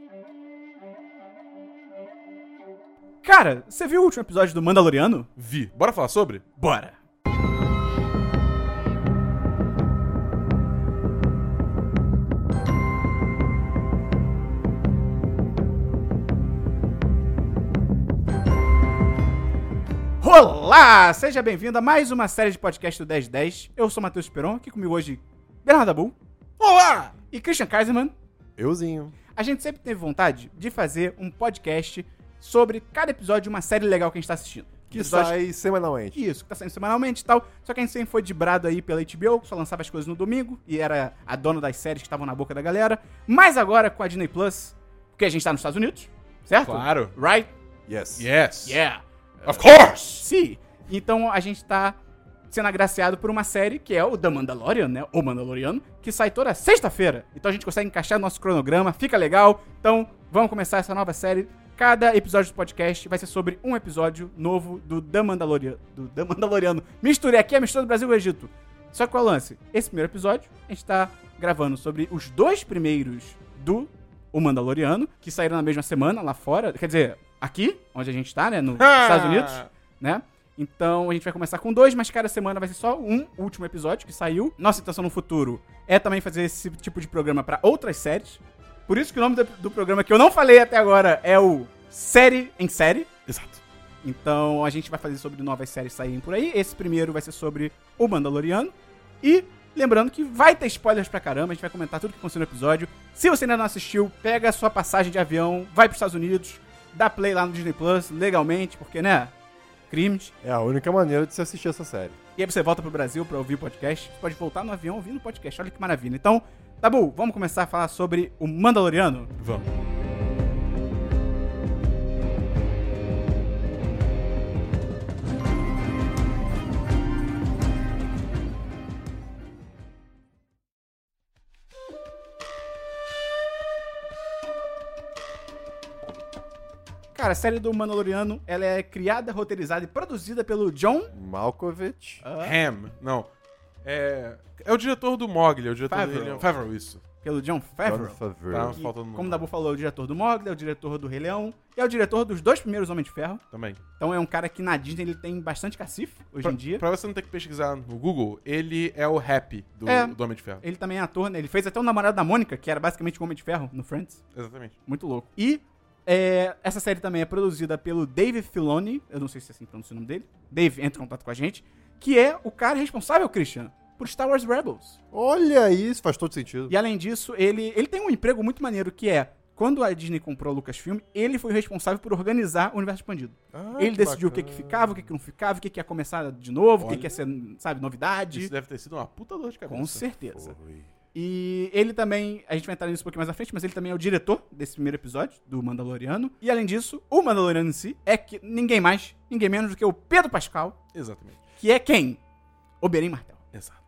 Cara, você viu o último episódio do Mandaloriano? Vi. Bora falar sobre? Bora! Olá! Seja bem-vindo a mais uma série de podcast do 1010. Eu sou o Matheus Peron, aqui comigo hoje Bernardo Dabu. Olá! E Christian Kaiserman. Euzinho. A gente sempre teve vontade de fazer um podcast sobre cada episódio de uma série legal que a gente tá assistindo. Que sai semanalmente. Isso, que tá saindo semanalmente e tal. Só que a gente sempre foi dibrado aí pela HBO, só lançava as coisas no domingo e era a dona das séries que estavam na boca da galera. Mas agora com a Disney Plus, porque a gente tá nos Estados Unidos, certo? Claro. Right? Yes. Yes. Yeah. Of course! Sim. Então a gente tá sendo agraciado por uma série que é o The Mandalorian, né? O Mandaloriano, que sai toda sexta-feira. Então a gente consegue encaixar no nosso cronograma, fica legal. Então vamos começar essa nova série. Cada episódio do podcast vai ser sobre um episódio novo do The Mandaloriano. Misturei aqui a mistura do Brasil e o Egito. Só que qual é o lance? Esse primeiro episódio, a gente tá gravando sobre os dois primeiros do O Mandaloriano, que saíram na mesma semana lá fora. Quer dizer, aqui, onde a gente tá, né? Nos Estados Unidos, né? Então a gente vai começar com dois, mas cada semana vai ser só um último episódio que saiu. Nossa intenção no futuro é também fazer esse tipo de programa pra outras séries. Por isso que o nome do programa que eu não falei até agora é o Série em Série. Exato. Então a gente vai fazer sobre novas séries saírem por aí. Esse primeiro vai ser sobre o Mandaloriano. E lembrando que vai ter spoilers pra caramba. A gente vai comentar tudo que aconteceu no episódio. Se você ainda não assistiu, pega a sua passagem de avião, vai pros Estados Unidos, dá play lá no Disney Plus, legalmente, porque, né? Crimes. É a única maneira de se assistir essa série. E aí você volta pro Brasil pra ouvir o podcast. Você pode voltar no avião ouvindo o podcast. Olha que maravilha. Então, Dabu, vamos começar a falar sobre o Mandaloriano? Vamos. Cara, a série do Mandaloriano, ela é criada, roteirizada e produzida pelo John Malkovich. Ham. Não. É o diretor do Mogli. É o diretor Favreau. dele. Favreau, isso. Pelo John Favreau. John Favreau. Tá Que, faltando como o Dabu falou, é o diretor do Mogli, é o diretor do Rei Leão e é o diretor dos dois primeiros Homens de Ferro. Também. Então é um cara que na Disney ele tem bastante cacife hoje em dia. Pra você não ter que pesquisar no Google, ele é o Happy do Homem de Ferro. Ele também é ator, né? Ele fez até o namorado da Mônica, que era basicamente o Homem de Ferro no Friends. Exatamente. Muito louco. E essa série também é produzida pelo Dave Filoni, eu não sei se é assim que pronuncia o nome dele. Dave, entra em contato com a gente. Que é o cara responsável, Christian, por Star Wars Rebels. Olha isso, faz todo sentido. E além disso, ele tem um emprego muito maneiro que é, quando a Disney comprou a Lucasfilm, ele foi o responsável por organizar o universo expandido. Ele decidiu o que ficava, o que não ficava, o que ia começar de novo, o que ia ser, sabe, novidade. Isso deve ter sido uma puta dor de cabeça. Com certeza. Foi. E ele também, a gente vai entrar nisso um pouquinho mais à frente, mas ele também é o diretor desse primeiro episódio, do Mandaloriano. E além disso, o Mandaloriano em si é que ninguém mais, ninguém menos do que o Pedro Pascal, Exatamente. que é quem? Oberyn Martell. Exato.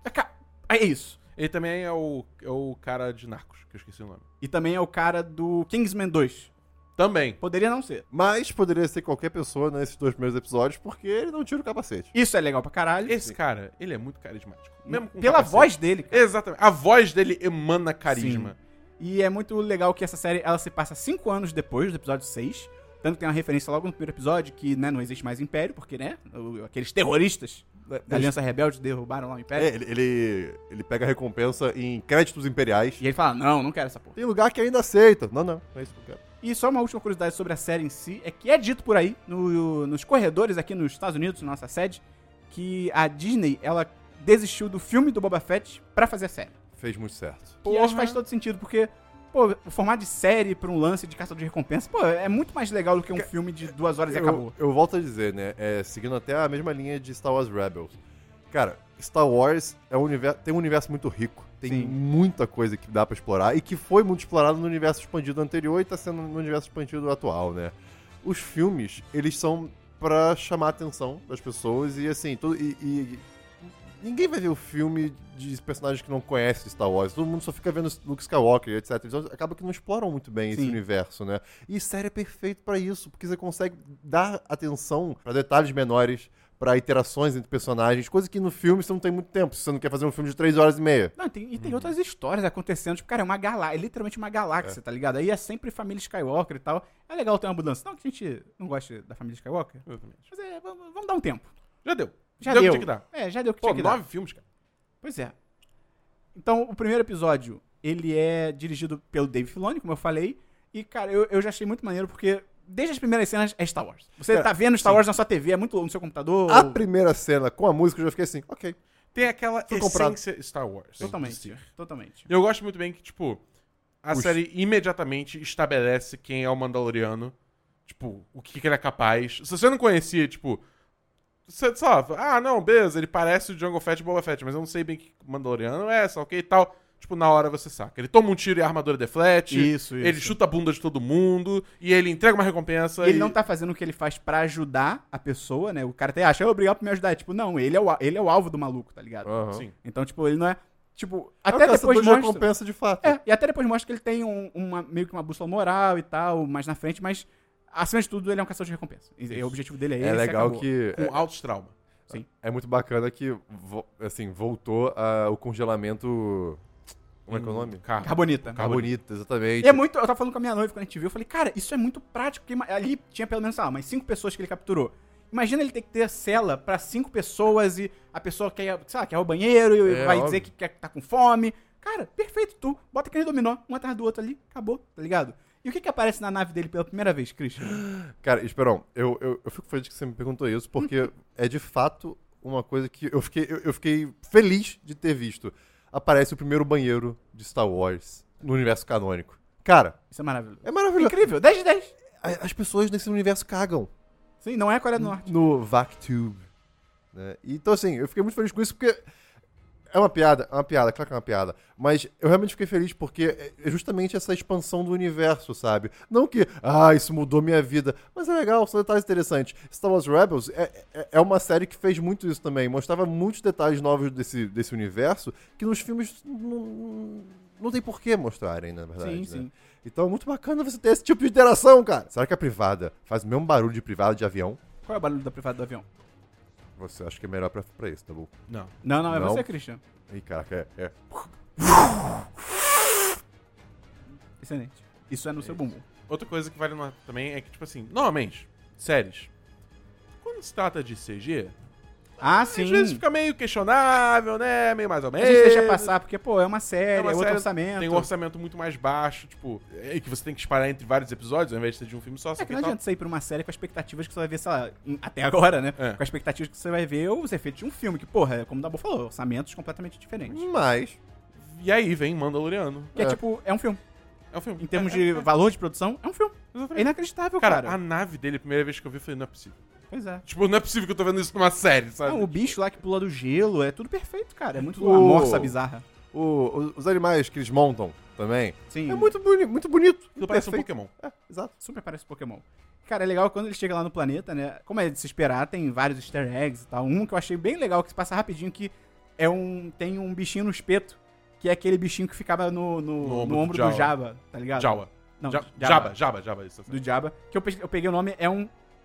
É isso. Ele também é o cara de Narcos, que eu esqueci o nome. E também é o cara do Kingsman 2. Também. Poderia não ser. Mas poderia ser qualquer pessoa nesses dois primeiros episódios, porque ele não tira o capacete. Isso é legal pra caralho. Esse cara, ele é muito carismático. Mesmo com Pela capacete. voz dele, cara. Exatamente. A voz dele emana carisma. E é muito legal que essa série, ela se passa 5 anos depois do episódio 6. Tanto que tem uma referência logo no primeiro episódio que, né, não existe mais Império, porque, né, aqueles terroristas da Aliança Rebelde derrubaram lá o Império. Ele pega a recompensa em créditos imperiais. E ele fala, não quero essa porra. Tem lugar que ainda aceita. Não é isso que eu quero. E só uma última curiosidade sobre a série em si, é que é dito por aí, nos corredores aqui nos Estados Unidos, na nossa sede, que a Disney, ela desistiu do filme do Boba Fett pra fazer a série. Fez muito certo. E acho que faz todo sentido, porque, pô, o formato de série pra um lance de caçador de recompensa, pô, é muito mais legal do que um filme de 2 horas e acabou. Eu volto a dizer, né? Seguindo até a mesma linha de Star Wars Rebels. Cara, Star Wars tem um universo muito rico. Tem Sim. muita coisa que dá pra explorar e que foi muito explorado no universo expandido anterior e tá sendo no universo expandido atual, né? Os filmes, eles são pra chamar a atenção das pessoas e assim, ninguém vai ver o filme de personagens que não conhecem Star Wars. Todo mundo só fica vendo Luke Skywalker, etc. Eles acaba que não exploram muito bem esse universo, né? E série é perfeito pra isso, porque você consegue dar atenção pra detalhes menores, pra iterações entre personagens, coisa que no filme você não tem muito tempo, se você não quer fazer um filme de 3 horas e meia. Não, tem outras histórias acontecendo. Tipo, cara, é uma galáxia, é literalmente uma galáxia, tá ligado? Aí é sempre família Skywalker e tal. É legal ter uma mudança. Não que a gente não goste da família Skywalker, Exatamente. mas vamos dar um tempo. Já deu. Já deu deu. o que tinha que dar. Já deu o que Pô, tinha que dar. 9 filmes, cara. Pois é. Então, o primeiro episódio, ele é dirigido pelo Dave Filoni, como eu falei. E, cara, eu já achei muito maneiro, porque desde as primeiras cenas é Star Wars. Você Cara, tá vendo Star Wars na sua TV, é muito no seu computador. A primeira cena com a música eu já fiquei assim, ok. Tem aquela Foi comprado. essência Star Wars. Totalmente, totalmente. Eu gosto muito bem que, tipo, a Os- série imediatamente estabelece quem é o Mandaloriano. Tipo, o que ele é capaz. Se você não conhecia, tipo... Você só, não, beleza, ele parece o Jango Fett e Boba Fett, mas eu não sei bem que Mandaloriano é, só ok e tal. Tipo, na hora você saca. Ele toma um tiro e a armadura deflete. Isso. Ele chuta a bunda de todo mundo. E ele entrega uma recompensa. E ele não tá fazendo o que ele faz pra ajudar a pessoa, né? O cara até acha, obrigado por me ajudar. Tipo, não, ele é o alvo do maluco, tá ligado? Aham. Sim. Então, tipo, ele não é... Tipo, É o até caçador depois de mostra... recompensa de fato. E até depois mostra que ele tem meio que uma bússola moral e tal, mais na frente, mas acima de tudo ele é um caçador de recompensa. E o objetivo dele é esse. É legal acabou. que... Com altos traumas. É muito bacana que, assim, voltou o congelamento... Como é que é o nome? Carbonita. Carbonita, exatamente. E é muito. Eu tava falando com a minha noiva quando a gente viu, eu falei, cara, isso é muito prático, porque ali tinha pelo menos, sei lá, umas 5 pessoas que ele capturou. Imagina ele ter que ter cela pra 5 pessoas e a pessoa quer, sei lá, quer ir ao banheiro e vai dizer que tá com fome. Cara, perfeito, tu bota aquele dominó, um atrás do outro ali, acabou, tá ligado? E o que aparece na nave dele pela primeira vez, Christian? Cara, Esperão, eu fico feliz que você me perguntou isso, porque é de fato uma coisa que eu fiquei feliz de ter visto. Aparece o primeiro banheiro de Star Wars no universo canônico. Cara, Isso é maravilhoso. é maravilhoso. Incrível, 10 de 10. As pessoas nesse universo cagam Sim, não é a Coreia do Norte. no VacTube. Né? Então, assim, eu fiquei muito feliz com isso, porque é uma piada, claro que é uma piada. Mas eu realmente fiquei feliz porque é justamente essa expansão do universo, sabe? Não que, isso mudou minha vida. Mas é legal, são detalhes interessantes. Star Wars Rebels é uma série que fez muito isso também. Mostrava muitos detalhes novos desse universo que nos filmes não tem por que mostrarem, na verdade. Sim, né? sim. Então é muito bacana você ter esse tipo de interação, cara. Será que a privada faz o mesmo barulho de privada de avião? Qual é o barulho da privada do avião? Você acha que é melhor pra isso, tá bom? Não. Não, é Não? você, Christian. Ih, caraca, é. Excelente. Isso é no seu bumbum. Outra coisa que vale notar também é que, tipo assim, normalmente, séries, quando se trata de CG, Sim. às vezes fica meio questionável, né? Meio mais ou A menos. gente deixa passar, porque, pô, é uma série, É uma é outro série, orçamento. Tem um orçamento muito mais baixo, tipo, que você tem que espalhar entre vários episódios, ao invés de ser de um filme só. É que não adianta você ir pra uma série com expectativas que você vai ver, sei lá, até agora, né? É. Com expectativas que você vai ver os efeitos de um filme, que, porra, como o Dabu falou, orçamentos completamente diferentes. Mas, E aí vem Mandaloriano. Que é tipo, é um filme. É um filme. Em termos de valor de produção, é um filme. É Exatamente. inacreditável, Cara, cara. a nave dele, a primeira vez que eu vi, eu falei, não é possível. Pois é. Tipo, não é possível que eu tô vendo isso numa série, sabe? Não, o bicho lá que pula do gelo, é tudo perfeito, cara. É muito O- uma morsa bizarra. os animais que eles montam também Sim. é muito bonito. Aquilo parece um perfeito. Pokémon. É, exato. Super parece Pokémon. Cara, é legal quando ele chega lá no planeta, né? Como é de se esperar, tem vários easter eggs e tal. Um que eu achei bem legal, que se passa rapidinho, que tem um bichinho no espeto, que é aquele bichinho que ficava no ombro do Jabba, tá ligado? Jawa. Não, Jabba, isso. Do Jabba. Que eu peguei o nome, é um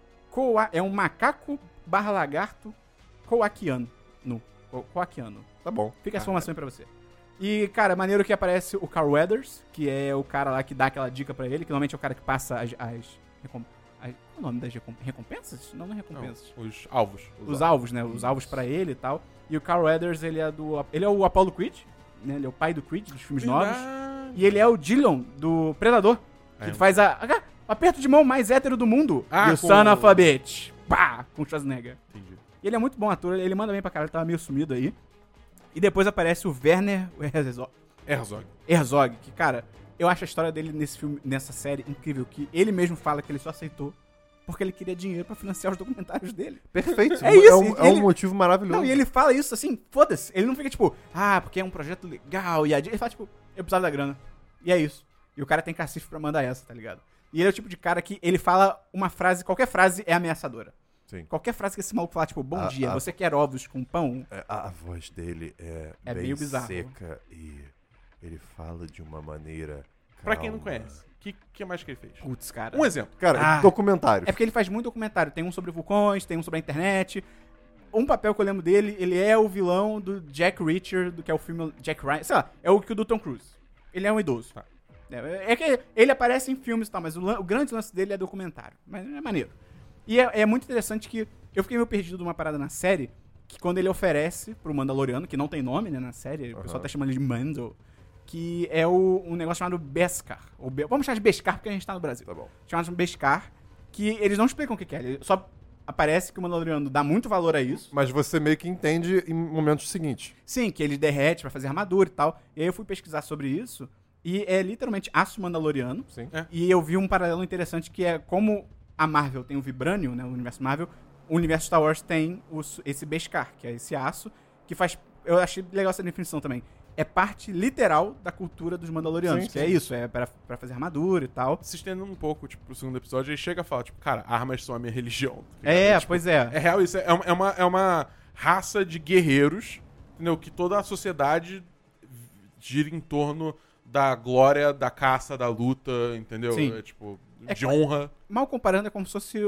macaco/lagarto coaquiano. Coaquiano. Tá bom. Fica essa informação aí pra você. E, cara, maneiro que aparece o Carl Weathers, que é o cara lá que dá aquela dica pra ele, que normalmente é o cara que passa qual é o nome das recompensas? Não é recompensas. Não, os alvos. Os alvos, né? Os alvos pra ele e tal. E o Carl Weathers, ele é o Apollo Creed, né? Ele é o pai do Creed, dos filmes novos. E ele é o Dillon, do Predador. Que faz o aperto de mão mais hétero do mundo. Ah, e o com- Son of a Bitch. Pá! Com o Schwarzenegger. Entendi. E ele é muito bom ator, ele manda bem pra caralho, ele tava meio sumido aí. E depois aparece o Werner Herzog, que, cara, eu acho a história dele nessa série incrível, que ele mesmo fala que ele só aceitou porque ele queria dinheiro pra financiar os documentários dele. Perfeito. É isso, É um ele- motivo maravilhoso. Não, e ele fala isso assim, foda-se. Ele não fica tipo, porque é um projeto legal. E ele fala tipo, eu precisava da grana. E é isso. E o cara tem cacife pra mandar essa, tá ligado? E ele é o tipo de cara que ele fala uma frase, qualquer frase é ameaçadora. Sim. Qualquer frase que esse maluco falar, tipo, bom A- dia, a- você quer ovos com pão? A voz dele é É bem meio bizarro. seca e ele fala de uma maneira Pra quem não calma. conhece, o que mais que ele fez? Putz, cara. Um exemplo. Cara, Ah. documentário. É porque ele faz muito documentário. Tem um sobre vulcões, tem um sobre a internet. um papel que eu lembro dele, ele é o vilão do Jack Reacher, do que é o filme Jack Ryan. Sei lá, é o que o do Tom Cruise. Ele é um idoso. Tá. É que ele aparece em filmes e tal, mas o grande lance dele é documentário. Mas é maneiro. E é muito interessante que eu fiquei meio perdido de uma parada na série, que quando ele oferece pro Mandaloriano, que não tem nome, né, na série, o pessoal tá chamando ele de Mando, que é um negócio chamado Beskar. Vamos chamar de Beskar porque a gente tá no Brasil. Tá bom. Chamado de Beskar, que eles não explicam o que é. Ele só aparece que o Mandaloriano dá muito valor a isso. Mas você meio que entende em momentos seguintes. Sim, que ele derrete pra fazer armadura e tal. E aí eu fui pesquisar sobre isso, e é literalmente aço mandaloriano. Sim. E eu vi um paralelo interessante que é como a Marvel tem o Vibranium, né, o universo Marvel, o universo Star Wars tem esse Beskar, que é esse aço, que faz... Eu achei legal essa definição também. É parte literal da cultura dos Mandalorianos, Sim, que sim. é isso, é pra fazer armadura e tal. Se estendendo um pouco, tipo, pro segundo episódio, ele chega e fala, tipo, cara, armas são a minha religião. Tá ligado? É, Tipo, pois é. É real isso, é uma raça de guerreiros, entendeu? Que toda a sociedade gira em torno da glória, da caça, da luta, entendeu? Sim. É, tipo, É de honra. Mal comparando, é como se fosse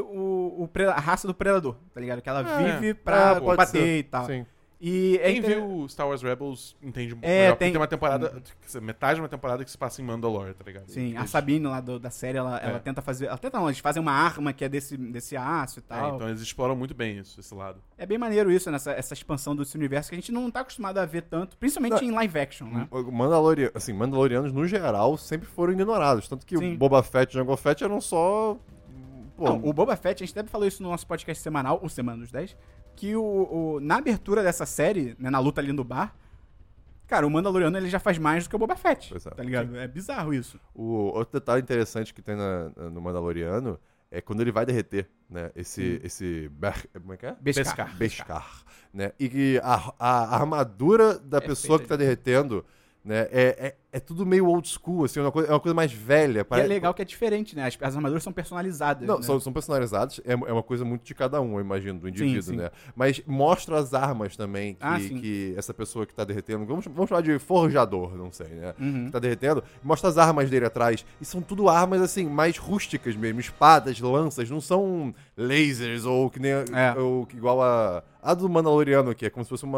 a raça do Predador, tá ligado? Que ela É. vive pra pode bater ser. e tal. Sim. E Quem viu Star Wars Rebels entende um pouco É, melhor, porque tem- tem uma temporada, quer dizer, metade de uma temporada que se passa em Mandalore, tá ligado? Sim, a Eles- Sabine lá da série, ela tenta fazer... Ela tenta não, eles fazem uma arma que é desse aço e tal. então eles exploram muito bem isso, esse lado. É bem maneiro isso, essa expansão desse universo que a gente não tá acostumado a ver tanto, principalmente em live action, né? Mandalorianos, no geral, sempre foram ignorados. Tanto que Sim. o Boba Fett e o Jango Fett eram só... Pô, Não, o Boba Fett, a gente até falou isso no nosso podcast semanal, o Semana dos 10, que na abertura dessa série, né, na luta ali no bar, cara, o Mandaloriano ele já faz mais do que o Boba Fett, Pois é. tá ligado? É bizarro isso. O outro detalhe interessante que tem no Mandaloriano é quando ele vai derreter, né? Como é que é? Beskar. Beskar, né? E que a armadura da pessoa feita que tá derretendo, né? É tudo meio old school, assim, é uma coisa mais velha. E é legal que é diferente, né? As armaduras são personalizadas, Não, né? são personalizados, é uma coisa muito de cada um, eu imagino, do indivíduo, sim. né? Mas mostra as armas também Sim. que essa pessoa que tá derretendo, vamos chamar de forjador, não sei, né? Uhum. Que tá derretendo, mostra as armas dele atrás. E são tudo armas, assim, mais rústicas mesmo, espadas, lanças, não são lasers ou que nem ou que igual a do Mandaloriano aqui, é como se fosse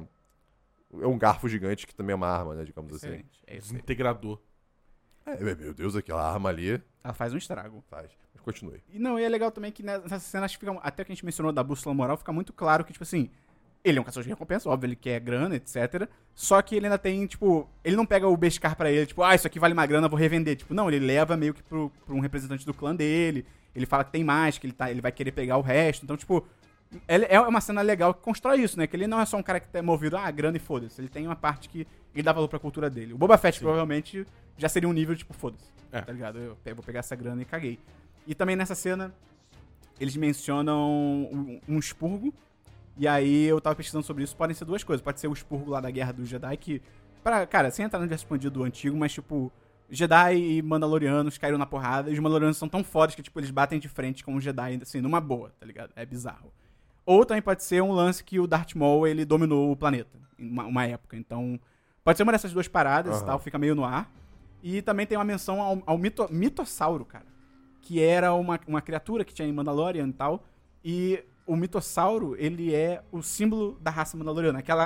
é um garfo gigante que também é uma arma, né, digamos assim. Excelente. É isso aí. Integrador. Meu Deus, aquela arma ali Ela faz um estrago. faz. Mas continue. E não, e é legal também que nessas cenas fica, até que a gente mencionou da bússola moral, fica muito claro que, tipo assim, ele é um caçador de recompensa, óbvio, ele quer grana, etc. Só que ele ainda tem, tipo, ele não pega o Beskar pra ele, tipo, isso aqui vale uma grana, vou revender. Tipo, não, ele leva meio que pra um representante do clã dele, ele fala que tem mais, que ele vai querer pegar o resto. Então, tipo, é uma cena legal que constrói isso, né? Que ele não é só um cara que tá movido, grana e foda-se. Ele tem uma parte que ele dá valor pra cultura dele. O Boba Fett provavelmente já seria um nível, tipo, foda-se. É. Tá ligado? Eu vou pegar essa grana e caguei. E também nessa cena, eles mencionam um expurgo. E aí eu tava pesquisando sobre isso. Podem ser duas coisas. Pode ser o expurgo lá da Guerra dos Jedi, que... Cara, sem entrar no universo expandido do antigo, mas tipo... Jedi e Mandalorianos caíram na porrada. E os Mandalorianos são tão fodas que, tipo, eles batem de frente com os Jedi, assim, numa boa, tá ligado? É bizarro. Ou também pode ser um lance que o Darth Maul, ele dominou o planeta. Em uma época. Então, pode ser uma dessas duas paradas e tal. Fica meio no ar. E também tem uma menção ao mitossauro, cara. Que era uma criatura que tinha em Mandalorian e tal. E o mitossauro, ele é o símbolo da raça mandaloriana. Aquela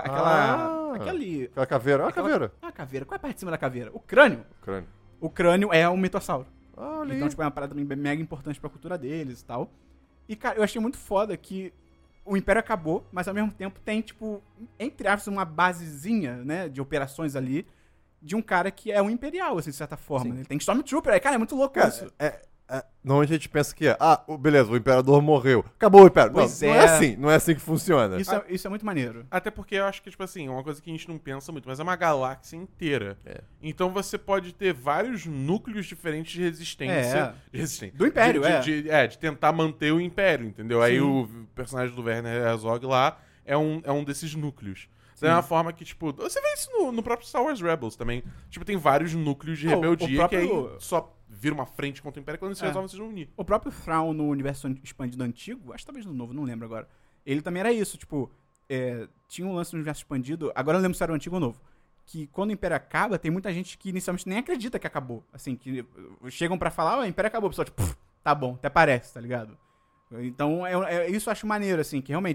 caveira. Ah, caveira. Ah, caveira. Qual é a parte de cima da caveira? O crânio. Crânio. O crânio é um mitossauro. Ah, olha Então, aí. tipo, é uma parada mega importante pra cultura deles e tal. E, cara, eu achei muito foda que o Império acabou, mas ao mesmo tempo tem, tipo, entre aspas, uma basezinha, né, de operações ali, de um cara que é um imperial, assim, de certa forma. Né? Ele tem Stormtrooper, cara, é muito louco isso. Normalmente a gente pensa que beleza, o imperador morreu. Acabou o império. Pois não é. é assim. Não é assim que funciona. Isso é muito maneiro. Até porque eu acho que, tipo assim, é uma coisa que a gente não pensa muito, mas é uma galáxia inteira. É. Então você pode ter vários núcleos diferentes de resistência. De resistência. Do Império, de tentar manter o Império, entendeu? Aí o personagem do Werner Herzog lá é um desses núcleos. Da mesma forma que, tipo, você vê isso no próprio Star Wars Rebels também. Tipo, tem vários núcleos de rebeldia que aí só vira uma frente contra o Império quando eles resolvem se unir. O próprio Thrawn no universo expandido antigo, acho que talvez no novo, não lembro agora. Ele também era isso, tipo, tinha um lance no universo expandido, agora eu não lembro se era o antigo ou o novo, que quando o Império acaba, tem muita gente que inicialmente nem acredita que acabou. Assim, que chegam pra falar, o Império acabou, o pessoal, tipo, tá bom, até parece, tá ligado? Então, isso eu acho maneiro, assim, que realmente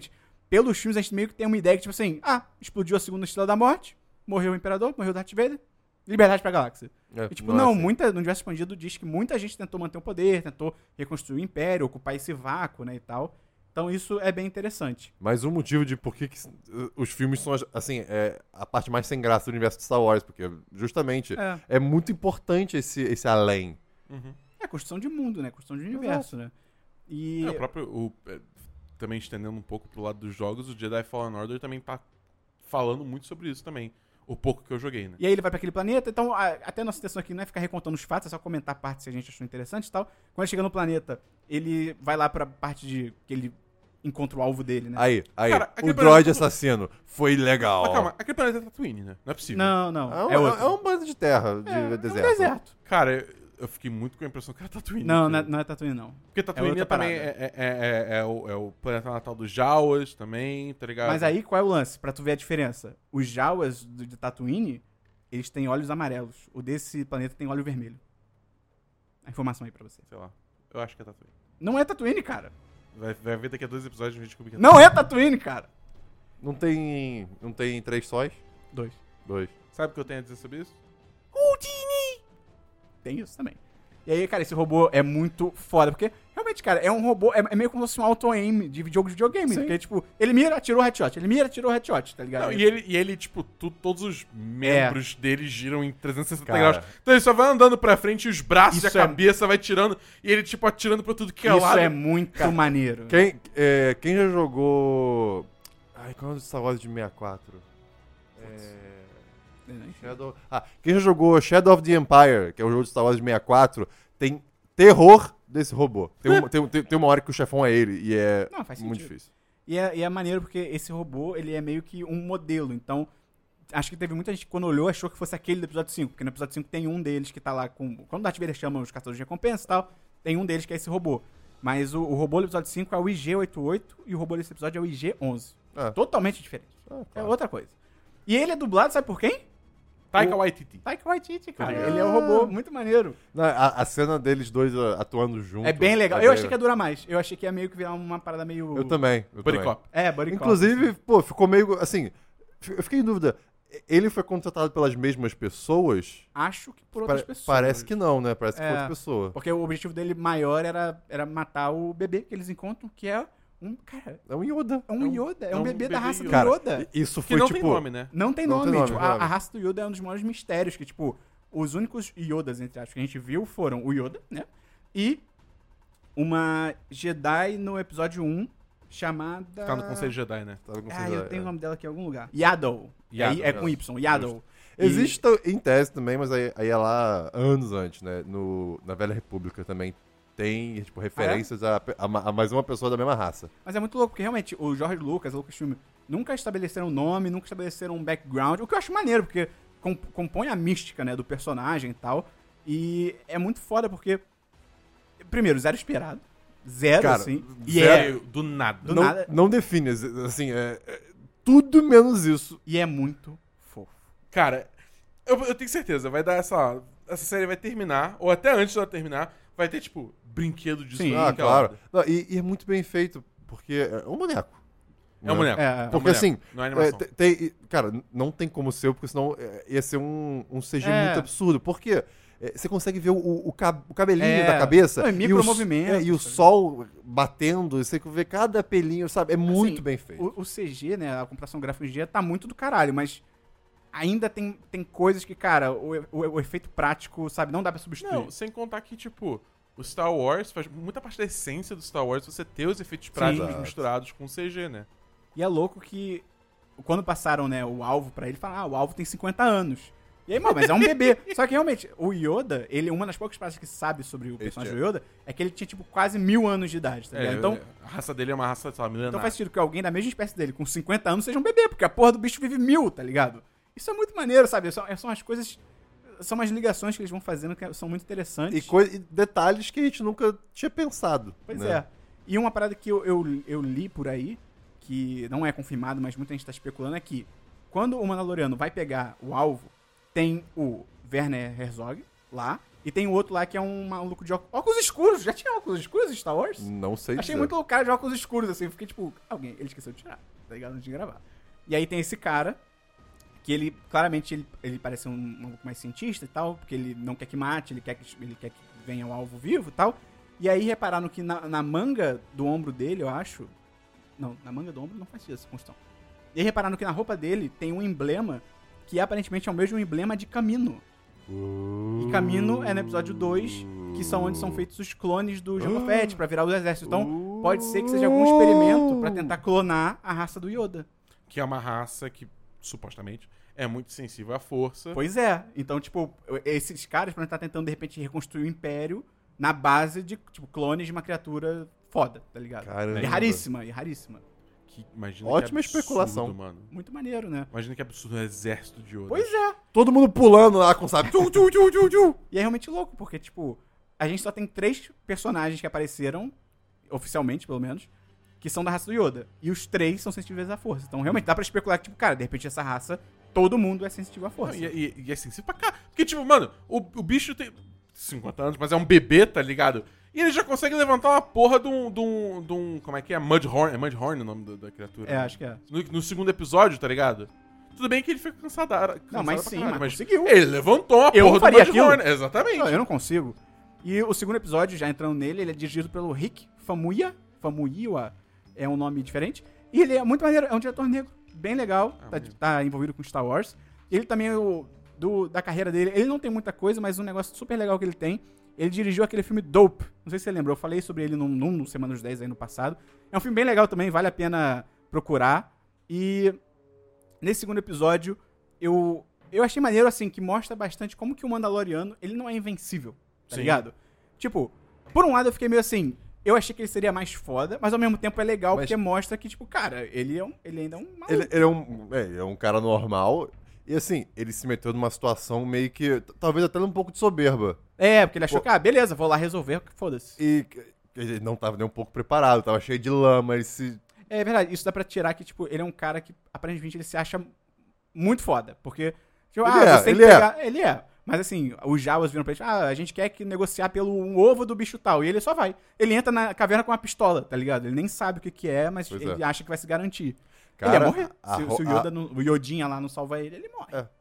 pelos filmes a gente meio que tem uma ideia que, tipo assim, explodiu a segunda Estrela da Morte, morreu o Imperador, morreu o Darth Vader, liberdade pra galáxia. E tipo, não é assim. no universo expandido diz que muita gente tentou manter o poder, tentou reconstruir o Império, ocupar esse vácuo, né, e tal. Então isso é bem interessante. Mas um motivo de por que os filmes são, assim, a parte mais sem graça do universo de Star Wars, porque justamente é muito importante esse além. Uhum. É construção de mundo, né? Construção de universo, né? E... O próprio... também estendendo um pouco pro lado dos jogos, o Jedi Fallen Order também tá falando muito sobre isso também. O pouco que eu joguei, né? E aí ele vai pra aquele planeta, então até a nossa intenção aqui não é ficar recontando os fatos, é só comentar partes que a gente achou interessante e tal. Quando ele chega no planeta, ele vai lá pra parte de que ele encontra o alvo dele, né? Aí, Cara, aquele o droid planeta- assassino foi legal. Mas calma, aquele planeta é Tatooine, né? Não é possível. Não, é outro. É um bando de terra, de É deserto. um deserto. Cara, eu fiquei muito com a impressão que era Tatooine. Não, cara. não é Tatooine, não. Porque Tatooine outra também parada. é o planeta natal dos Jawas também, tá ligado? Mas aí, qual é o lance? Pra tu ver a diferença. Os Jawas de Tatooine, eles têm olhos amarelos. O desse planeta tem olho vermelho. A informação aí pra você. Sei lá. Eu acho que é Tatooine. Não é Tatooine, cara. Vai ver daqui a 2 episódios a gente descobrir que é Não é Tatooine, cara. Não tem 3 sóis? 2. 2. Sabe o que eu tenho a dizer sobre isso? Tem isso também. E aí, cara, esse robô é muito foda, porque realmente, cara, é um robô, é meio como se fosse um auto-aim de jogo de videogame. Sim. Porque, tipo, ele mira, atirou headshot, ele mira, atirou headshot, tá ligado? Não, e ele tipo, todos os membros dele giram em 360 Cara. graus. Então ele só vai andando pra frente e os braços e a Isso é- cabeça vai tirando. E ele, tipo, atirando pra tudo que é Isso lado. é muito maneiro. Quem já jogou... Ai, qual é o Star Wars de 64? Quem já jogou Shadow of the Empire, que é o jogo de Star Wars de 64, tem terror desse robô. Tem uma hora que o chefão é ele, e é Não, faz muito sentido. difícil. E é maneiro porque esse robô, ele é meio que um modelo. Então, acho que teve muita gente que quando olhou achou que fosse aquele do episódio 5. Porque no episódio 5 tem um deles que tá lá com... Quando o Darth Vader chama os caçadores de recompensa e tal, tem um deles que é esse robô. Mas o robô do episódio 5 é o IG-88 e o robô desse episódio é o IG-11. Ah. Totalmente diferente. Ah, É claro. outra coisa. E ele é dublado, sabe por quem? Taika Waititi. Taika Waititi, cara. ligado. Ele é um robô muito maneiro. Não, a cena deles dois atuando juntos... É bem legal. é Eu bem- achei que ia durar mais. Eu achei que ia meio que virar uma parada meio... Eu também. Buddy Cop. É, buddy cop, Inclusive, assim. pô, ficou meio... Assim, eu fiquei em dúvida. Ele foi contratado pelas mesmas pessoas? Acho que por outras pessoas. Parece que não, né? Parece que foi É. outra pessoa. Porque o objetivo dele maior era matar o bebê que eles encontram, que é um... Cara, É um Yoda. é um Yoda. É um bebê da raça do Cara, Yoda. Isso Que foi não tipo... tem nome, né? Não tem Não nome. tem nome, Tipo, não tem nome. a raça do Yoda é um dos maiores mistérios, que, tipo, os únicos Yodas, entre aspas, que a gente viu foram o Yoda, né? E uma Jedi no episódio 1 chamada... Tá no Conselho Jedi, né? Tava com Ah, certeza, eu tenho o é. nome dela aqui em algum lugar. Yaddle. Yaddle, É com Y, Yaddle. E- Existe em tese também, mas aí é lá anos antes, né? Na Velha República também tem, tipo, referências a mais uma pessoa da mesma raça. Mas é muito louco, porque realmente o George Lucas, o Lucasfilm, nunca estabeleceram nome, nunca estabeleceram um background, o que eu acho maneiro, porque compõe a mística, né, do personagem e tal. E é muito foda porque, primeiro, zero esperado. Zero, Cara, assim. E Zero, do nada. Do não, nada. não define, assim, tudo menos isso. E é muito fofo. Cara, eu tenho certeza, vai dar essa série vai terminar, ou até antes dela terminar, vai ter, tipo, brinquedo de Sim. tudo Ah, que é claro. lado. Não, e é muito bem feito, porque é um boneco. É um né? boneco. É, Porque um boneco, assim, não é animação. cara, não tem como ser, porque senão ia ser um CG É. muito absurdo. Porque você consegue ver o cabelinho É. da cabeça Não, e o micromovimentos, e o sabe? sol batendo, você vê cada pelinho, sabe? É muito Assim, bem feito. O CG, né, a computação gráfica hoje em dia tá muito do caralho, mas ainda tem coisas que, cara, o efeito prático, sabe, não dá pra substituir. Não, sem contar que, tipo, o Star Wars faz muita parte da essência do Star Wars você ter os efeitos práticos Exato. misturados com CG, né? E é louco que quando passaram, né, o alvo pra ele, falaram, o alvo tem 50 anos. E aí, mano, mas é um bebê. Só que realmente, o Yoda, uma das poucas paradas que sabe sobre o personagem do Yoda é que ele tinha, tipo, quase 1000 anos de idade, tá ligado? Então, a raça dele é uma raça, sei lá, milenar. então faz sentido que alguém da mesma espécie dele, com 50 anos, seja um bebê, porque a porra do bicho vive 1000, tá ligado? Isso é muito maneiro, sabe? São as coisas... São umas ligações que eles vão fazendo que são muito interessantes. E detalhes que a gente nunca tinha pensado. Pois né? é. E uma parada que eu li por aí, que não é confirmado, mas muita gente tá especulando, é que quando o Mandaloriano vai pegar o alvo, tem o Werner Herzog lá, E tem o outro lá que é um maluco de óculos escuros. Já tinha óculos escuros em Star Wars? Não sei Achei dizer. muito o cara de óculos escuros, assim. Eu fiquei tipo, ele esqueceu de tirar, tá ligado? Antes de gravar. E aí tem esse cara, que ele, claramente, ele parece um maluco mais cientista e tal, porque ele não quer que mate, ele quer que venha o alvo vivo e tal. E aí repararam que na manga do ombro dele, eu acho... Não, na manga do ombro não faz essa construção. E aí repararam que na roupa dele tem um emblema que aparentemente é o mesmo emblema de Camino. E Camino é no episódio 2, que são onde são feitos os clones do Jango Fett pra virar o exército. Então, pode ser que seja algum experimento pra tentar clonar a raça do Yoda. Que é uma raça que, supostamente, é muito sensível à força. Pois é. Então, tipo, esses caras podem estar tentando, de repente, reconstruir o Império na base de, tipo, clones de uma criatura foda, tá ligado? Caramba. E raríssima. Imagina Ótima que absurdo, especulação. Mano. Muito maneiro, né? Imagina que absurdo um exército de Yoda. Pois é. Todo mundo pulando lá com sabe. E é realmente louco, porque, tipo, a gente só tem 3 personagens que apareceram, oficialmente, pelo menos, que são da raça do Yoda. E os 3 são sensíveis à força. Então, realmente, dá pra especular que, tipo, cara, de repente essa raça, todo mundo é sensitivo à força. Não, e é sensível pra cá. Porque, tipo, mano, o bicho tem 50 anos, mas é um bebê, tá ligado? E ele já consegue levantar uma porra de um como é que é? Mudhorn. É Mudhorn o nome da criatura? É, acho que é. No segundo episódio, tá ligado? Tudo bem que ele fica cansado. Não, mas pra sim, caralho, mas conseguiu. Ele levantou uma Eu porra faria do Mudhorn. aquilo. Exatamente. Não, eu não consigo. E o segundo episódio, já entrando nele, ele é dirigido pelo Rick Famuyiwa. É um nome diferente. E ele é muito maneiro. É um diretor negro. Bem legal. Tá envolvido com Star Wars. Ele também, da carreira dele, ele não tem muita coisa, mas um negócio super legal que ele tem. Ele dirigiu aquele filme Dope. Não sei se você lembra. Eu falei sobre ele no Semana dos 10 aí no passado. É um filme bem legal também. Vale a pena procurar. E nesse segundo episódio, eu achei maneiro, assim, que mostra bastante como que o Mandaloriano, ele não é invencível, tá Sim. ligado? Tipo, por um lado eu fiquei meio assim, eu achei que ele seria mais foda, mas ao mesmo tempo é legal Mas- porque mostra que, tipo, cara, ele ainda é um maluco. Ele é um cara normal. E assim, ele se meteu numa situação meio que. Talvez até um pouco de soberba. É, porque ele achou que, beleza, vou lá resolver, foda-se. E ele não tava nem um pouco preparado, tava cheio de lama. Ele se. É verdade, isso dá pra tirar que, tipo, ele é um cara que, aparentemente, ele se acha muito foda, porque, tipo, você tem que pegar... Ele é. Mas assim, os Jawas viram pra ele, a gente quer que negociar pelo um ovo do bicho tal. E ele só vai. Ele entra na caverna com uma pistola, tá ligado? Ele nem sabe o que é, mas Pois ele é. acha que vai se garantir. Cara, ele ia morrer. Se a- o Yodinha lá não salva ele, ele morre. É.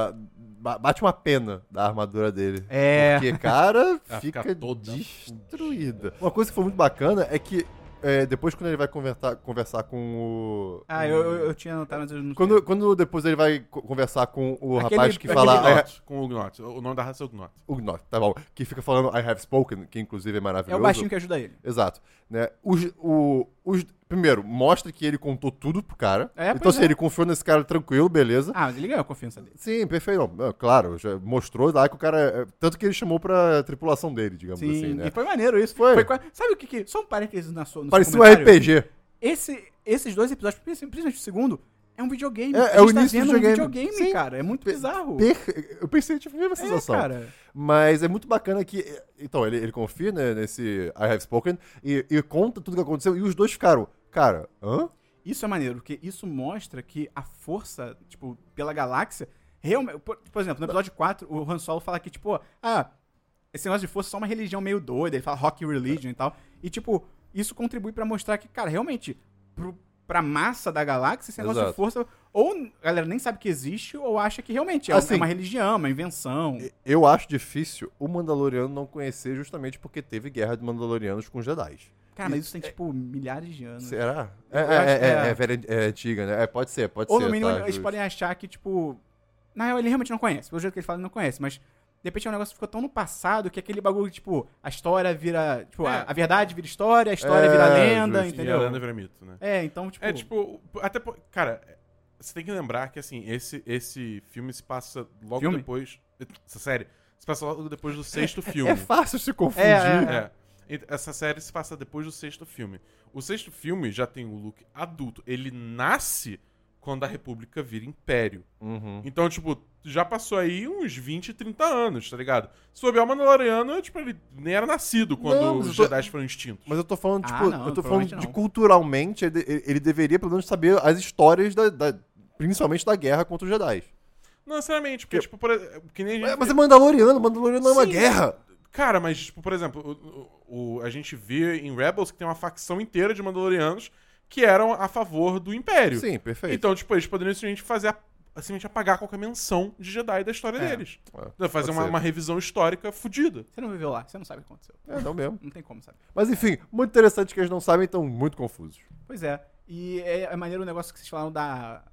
Bate uma pena da armadura dele. É. Porque, cara, Ela fica fica toda destruída. Uma coisa que foi muito bacana é que depois quando ele vai conversar com o... Eu tinha notado, mas eu não Quando depois ele vai conversar com o Aquele- rapaz que aquele fala... Ugnaught, com o Ugnaught. O nome da raça é Ugnaught. Ugnaught, tá bom. Que fica falando I have spoken, que inclusive é É maravilhoso. o baixinho que ajuda ele. Exato. Né? Primeiro, mostra que ele contou tudo pro cara. Então, pois assim, ele confiou nesse cara tranquilo, beleza. Mas ele ganhou a confiança dele. Sim, perfeito. Não, claro, já mostrou lá que o cara... Tanto que ele chamou pra tripulação dele, digamos Sim, assim, né? e foi maneiro isso. Foi. Sabe o que... Só um parênteses no Parecia um comentário. RPG. Esses 2 episódios, principalmente o segundo, é um videogame. É A o gente tá início do vendo um videogame. videogame, Sim. cara. É muito bizarro. Eu pensei, tipo, mesma sensação. cara. Mas é muito bacana que... Então, ele confia, né, nesse I have spoken e conta tudo que aconteceu. E os dois ficaram, cara, hã? Isso é maneiro, porque isso mostra que a força, tipo, pela galáxia, realmente... Por exemplo, no episódio 4, o Han Solo fala que, tipo, esse negócio de força é só uma religião meio doida, ele fala rock religion e tal. E, tipo, isso contribui pra mostrar que, cara, realmente, pra massa da galáxia, esse negócio Exato. de força, ou a galera nem sabe que existe, ou acha que realmente é Assim, uma religião, uma invenção. Eu acho difícil o Mandaloriano não conhecer justamente porque teve guerra de Mandalorianos com Jedi. Cara, mas isso tem, tipo, milhares de anos. Será? Eu acho que É antiga, né? Pode ser. Ou no mínimo tá, eles justo. podem achar que, tipo... Na real, ele realmente não conhece. Pelo jeito que ele fala, ele não conhece. Mas, de repente, é um negócio que ficou tão no passado que aquele bagulho, tipo... A história vira... Tipo, a verdade vira história, a história vira lenda, justo. entendeu? E a lenda vira mito, né? Então, tipo... É tipo, cara, você tem que lembrar que assim, esse filme se passa logo Filme? depois. Essa série se passa logo depois do 6º filme. É fácil se confundir. É. Essa série se passa depois do 6º filme. O 6º filme já tem o Luke adulto. Ele nasce quando a República vira Império. Uhum. Então, tipo, já passou aí uns 20, 30 anos, tá ligado? Se for ver o Mandaloriano, tipo, ele nem era nascido quando Não, mas os eu tô- Jedi foram extintos. Mas eu tô falando, tipo, não, eu tô falando provavelmente de não. culturalmente, ele deveria pelo menos saber as histórias principalmente da guerra contra os Jedi. Não necessariamente, porque, tipo, que nem a gente... Mas é Mandaloriano não é uma Sim. guerra. Cara, mas, tipo, por exemplo, a gente vê em Rebels que tem uma facção inteira de Mandalorianos que eram a favor do Império. Sim, perfeito. Então, tipo, eles poderiam simplesmente simplesmente apagar qualquer menção de Jedi da história deles. Fazer pode ser. uma revisão histórica fodida. Você não viveu lá, você não sabe o que aconteceu. Não mesmo. Não tem como saber. Mas enfim, muito interessante que eles não sabem, estão muito confusos. Pois é. E é maneiro o negócio que vocês falaram da...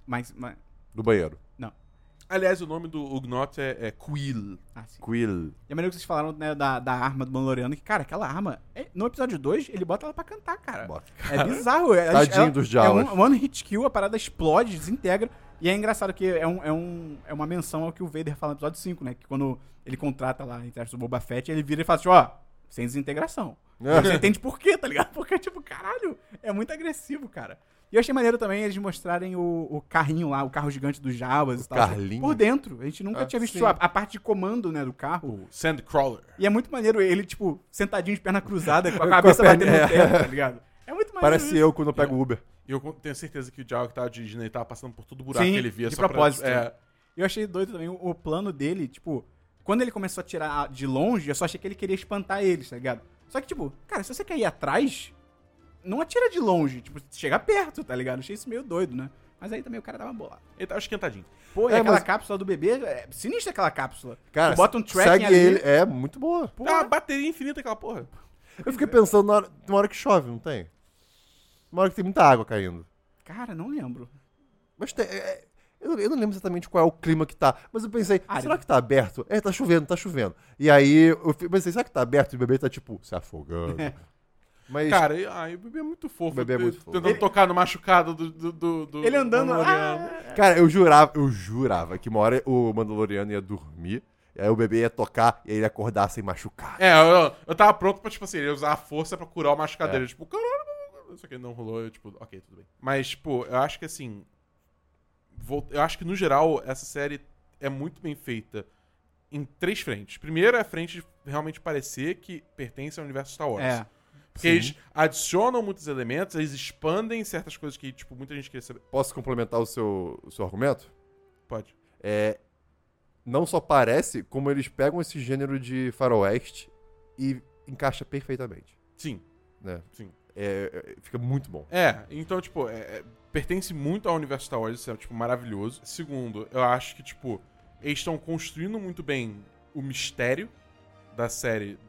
Do banheiro. Não. Aliás, o nome do Ugnaught é Quill. Ah, sim. Quill. E é maneiro que vocês falaram, né, da arma do Mandaloriano, que, cara, aquela arma, no episódio 2, ele bota ela pra cantar, cara. Bota. É bizarro. Tadinho dos Jawas. É um one hit kill, a parada explode, desintegra. E é engraçado que é uma menção ao que o Vader fala no episódio 5, né? Que quando ele contrata lá, entre aspas, o Boba Fett, ele vira e fala assim, ó, sem desintegração. E você entende por quê, tá ligado? Porque, tipo, caralho, é muito agressivo, cara. E eu achei maneiro também eles mostrarem o carrinho lá, o carro gigante dos Jawas e tal. Carlinho? Por dentro. A gente nunca tinha visto sim. a parte de comando, né, do carro. O Sandcrawler. E é muito maneiro ele, tipo, sentadinho de perna cruzada, com a cabeça batendo no teto, tá ligado? É muito maneiro. Parece isso. eu quando eu pego o Uber. E eu tenho certeza que o Jawa que tava dirigindo, ele tava passando por todo o buraco Sim, que ele via. de só propósito. Pra, Eu achei doido também o plano dele, tipo, quando ele começou a tirar de longe, eu só achei que ele queria espantar eles, tá ligado? Só que, tipo, cara, se você quer ir atrás, não atira de longe, tipo, chega perto, tá ligado? Achei isso meio doido, né? Mas aí também o cara dava uma bolada. Ele tava esquentadinho. Pô, e É, aquela mas- cápsula do bebê, é sinistra aquela cápsula. Cara, Tu bota um tracking segue ali. ele. É muito boa. Pô, Ah, bateria infinita aquela porra. Eu fiquei pensando, tem uma hora que chove, não tem? Uma hora que tem muita água caindo. cara, não lembro. Mas tem, eu não lembro exatamente qual é o clima que tá. Mas eu pensei, Árido. será que tá aberto? Tá chovendo, tá chovendo. E aí eu pensei, será que tá aberto e o bebê tá, tipo, se afogando? Mas, Cara, o bebê é muito fofo. O bebê é muito fofo. Tentando tocar no machucado do Ele andando. Mandaloriano. cara, eu jurava que uma hora o Mandaloriano ia dormir, e aí o bebê ia tocar e aí ele ia acordar sem machucar. Eu tava pronto pra, tipo assim, ele usar a força pra curar o machucado dele. Tipo, caralho, isso aqui não rolou. Eu, tipo, ok, tudo bem. Mas, tipo, eu acho que assim. Eu acho que, no geral, essa série é muito bem feita em 3 frentes. Primeiro é a frente de realmente parecer que pertence ao universo Star Wars. É. Porque eles adicionam muitos elementos, eles expandem certas coisas que, tipo, muita gente queria saber. Posso complementar o seu argumento? Pode. Não só parece, como eles pegam esse gênero de faroeste e encaixa perfeitamente. Sim, Né? sim. Fica muito bom. Então, tipo, pertence muito ao universo Star Wars, isso é, tipo, maravilhoso. Segundo, eu acho que, tipo, eles estão construindo muito bem o mistério da série,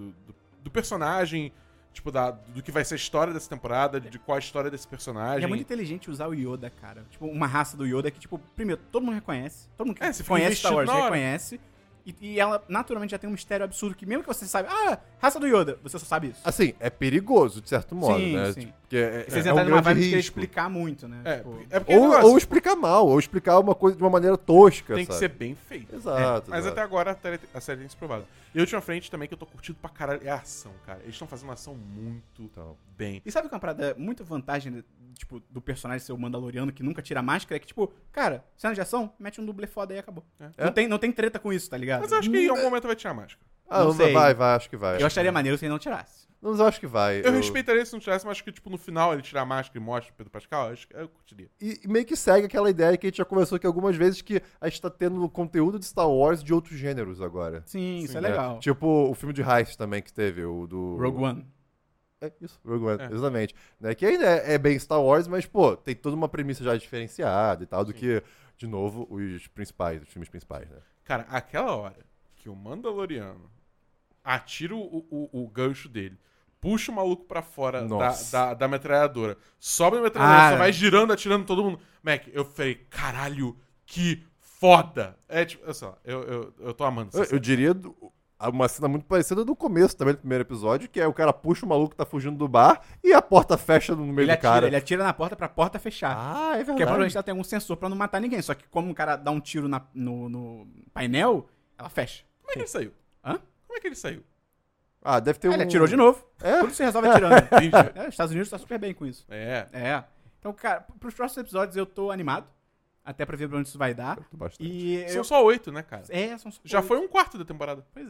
do personagem, tipo, do que vai ser a história dessa temporada, de qual a história desse personagem. E é muito inteligente usar o Yoda, cara. Tipo, uma raça do Yoda que, tipo, primeiro, todo mundo reconhece. Todo mundo que você fica conhece Star Wars investido na hora. reconhece. E ela, naturalmente, já tem um mistério absurdo que mesmo que você saiba, raça do Yoda, você só sabe isso. Assim, é perigoso, de certo modo, Sim, né? sim. Porque Vocês é um entraram numa grande vibe de querer risco. explicar muito, né? Tipo, porque o negócio Ou explicar mal, ou explicar uma coisa de uma maneira tosca, tem que sabe? ser bem feito. Exato. Mas exato. até agora a série tem se provado. E a última frente também que eu tô curtindo pra caralho é a ação, cara. Eles estão fazendo uma ação muito Então. bem. E sabe que é uma parada, muito vantagem, tipo, do personagem ser o Mandaloriano que nunca tira a máscara? É que, tipo, cara, cena de ação, mete um dublê foda aí e acabou. Não tem treta com isso, tá ligado? Mas eu acho que em algum momento vai tirar a máscara. não sei. Vai, acho que vai. Eu acharia maneiro se ele não tirasse. Não, mas eu acho que vai. Eu respeitaria se não tivesse, mas acho que, tipo, no final ele tirar a máscara e mostra o Pedro Pascal, acho que eu curtiria. E meio que segue aquela ideia que a gente já conversou aqui algumas vezes, que a gente tá tendo conteúdo de Star Wars de outros gêneros agora. Sim, isso é né? legal. Tipo o filme de Heist também que teve, o do... Rogue One. É isso, Rogue One, exatamente. Né? Que ainda é bem Star Wars, mas, pô, tem toda uma premissa já diferenciada e tal, do que, de novo, os filmes principais, né? Cara, aquela hora que o Mandaloriano atira o gancho dele, puxa o maluco pra fora da metralhadora, sobe na metralhadora, só vai girando, atirando todo mundo. Mac, eu falei, caralho, que foda! É tipo, olha só, eu tô amando essa Eu série. diria uma cena muito parecida do começo também do primeiro episódio, que é o cara puxa o maluco que tá fugindo do bar e a porta fecha no meio do cara. Ele atira na porta pra porta fechar. Ah, é verdade. Porque provavelmente ela tem algum sensor pra não matar ninguém. Só que como o cara dá um tiro no painel, ela fecha. Como é que ele saiu? Hã? Como é que ele saiu? Ah, deve ter Ele atirou de novo. É? Tudo se resolve atirando. Entendi. Os Estados Unidos tá super bem com isso. É. Então, cara, pros próximos episódios eu tô animado. Até pra ver pra onde isso vai dar. Bastante. E São só 8, né, cara? são só Já 8. foi um quarto da temporada. Pois é.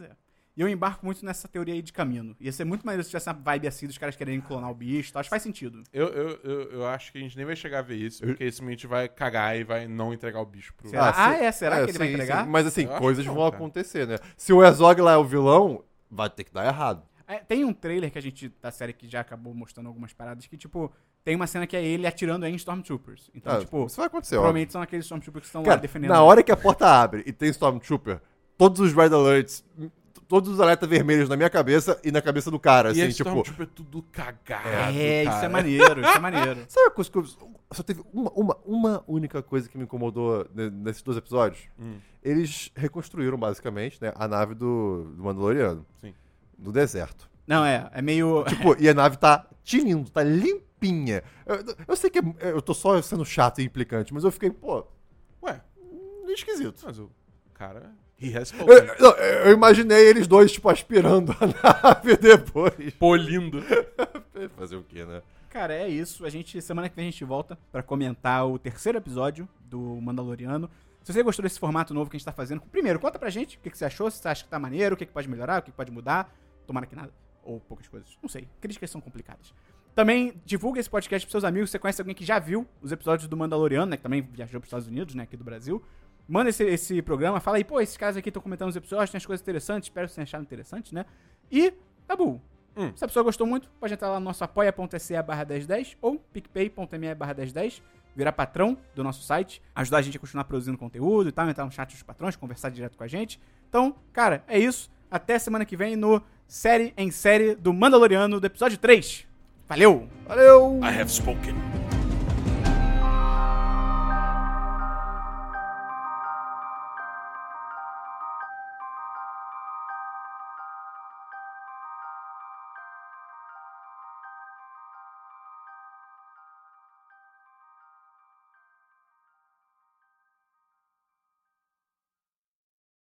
E eu embarco muito nessa teoria aí de caminho. Ia ser muito maneiro se tivesse uma vibe assim dos caras querendo clonar o bicho e tal. Acho que faz sentido. Eu acho que a gente nem vai chegar a ver isso, porque esse simplesmente vai cagar e vai não entregar o bicho pro... Será? Será que ele vai entregar? Sim. Mas assim, Eu acho coisas que não, vão cara. acontecer, né? Se o Herzog lá é o vilão, vai ter que dar errado. Tem um trailer que a gente, da série que já acabou mostrando algumas paradas, que, tipo, tem uma cena que é ele atirando em Stormtroopers. Então, tipo, isso vai acontecer, ó. provavelmente são aqueles Stormtroopers que estão lá Cara, defendendo. na hora que a porta abre e tem Stormtrooper, todos os Red Alerts, todos os alertas vermelhos na minha cabeça e na cabeça do cara, E assim, a tipo... Stormtrooper é tudo cagado, Isso cara. é maneiro, isso é maneiro. Sabe a coisa que só teve uma única coisa que me incomodou nesses 2 episódios? Eles reconstruíram, basicamente, né, a nave do Mandaloriano. Sim. No deserto. Não, é meio... Tipo, e a nave tá tinindo, tá limpinha. Eu sei que eu tô só sendo chato e implicante, mas eu fiquei, pô, Ué, esquisito. mas o cara... He has spoken. Eu imaginei eles dois, tipo, aspirando a nave depois. Polindo. Fazer o quê, né? Cara, é isso. Semana que vem a gente volta pra comentar o 3º episódio do Mandaloriano. Se você gostou desse formato novo que a gente tá fazendo, primeiro, conta pra gente o que você achou, se você acha que tá maneiro, o que pode melhorar, o que pode mudar. Tomara que nada. Ou poucas coisas. Não sei. Críticas são complicadas. Também divulga esse podcast pros seus amigos. Se você conhece alguém que já viu os episódios do Mandaloriano, né? Que também viajou pros Estados Unidos, né? Aqui do Brasil. Manda esse programa. Fala aí, pô, esses caras aqui estão comentando os episódios, tem as coisas interessantes. Espero que vocês tenham achado interessante, né? E, Tabu. Se a pessoa gostou muito, pode entrar lá no nosso apoia.se/1010 ou picpay.me/1010. Virar patrão do nosso site. Ajudar a gente a continuar produzindo conteúdo e tal. Entrar no chat dos patrões, conversar direto com a gente. Então, cara, é isso. Até semana que vem no Série em Série do Mandaloriano, do episódio 3. Valeu! Valeu! I have spoken.